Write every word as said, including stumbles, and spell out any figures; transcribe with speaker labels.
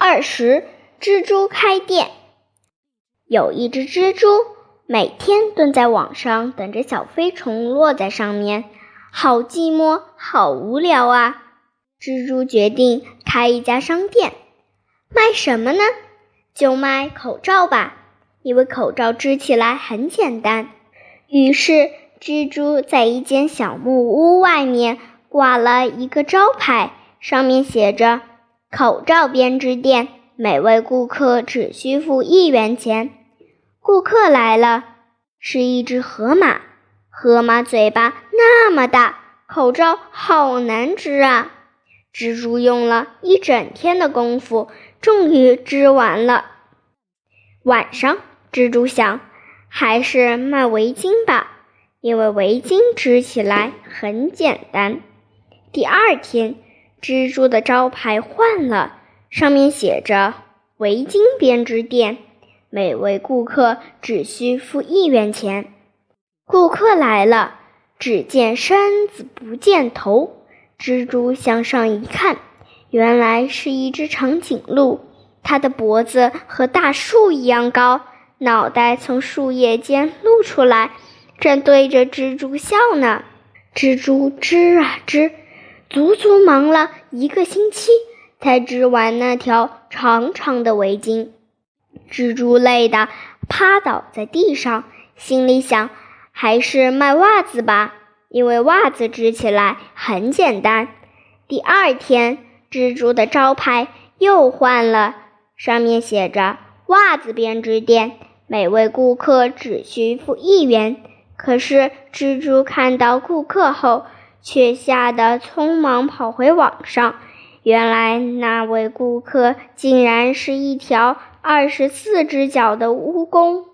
Speaker 1: 二十，蜘蛛开店。有一只蜘蛛，每天蹲在网上等着小飞虫落在上面，好寂寞，好无聊啊！蜘蛛决定开一家商店，卖什么呢？就卖口罩吧，因为口罩织起来很简单。于是蜘蛛在一间小木屋外面挂了一个招牌，上面写着口罩编织店，每位顾客只需付一元钱。顾客来了，是一只河马。河马嘴巴那么大，口罩好难织啊！蜘蛛用了一整天的功夫，终于织完了。晚上，蜘蛛想，还是卖围巾吧，因为围巾织起来很简单。第二天，蜘蛛的招牌换了，上面写着围巾编织店，每位顾客只需付一元钱。顾客来了，只见身子不见头。蜘蛛向上一看，原来是一只长颈鹿，它的脖子和大树一样高，脑袋从树叶间露出来，正对着蜘蛛笑呢。蜘蛛织啊织，足足忙了一个星期，才织完那条长长的围巾。蜘蛛累得趴倒在地上，心里想，还是卖袜子吧，因为袜子织起来很简单。第二天，蜘蛛的招牌又换了，上面写着袜子编织店，每位顾客只需付一元。可是蜘蛛看到顾客后，却吓得匆忙跑回网上。原来那位顾客竟然是一条二十四只脚的蜈蚣。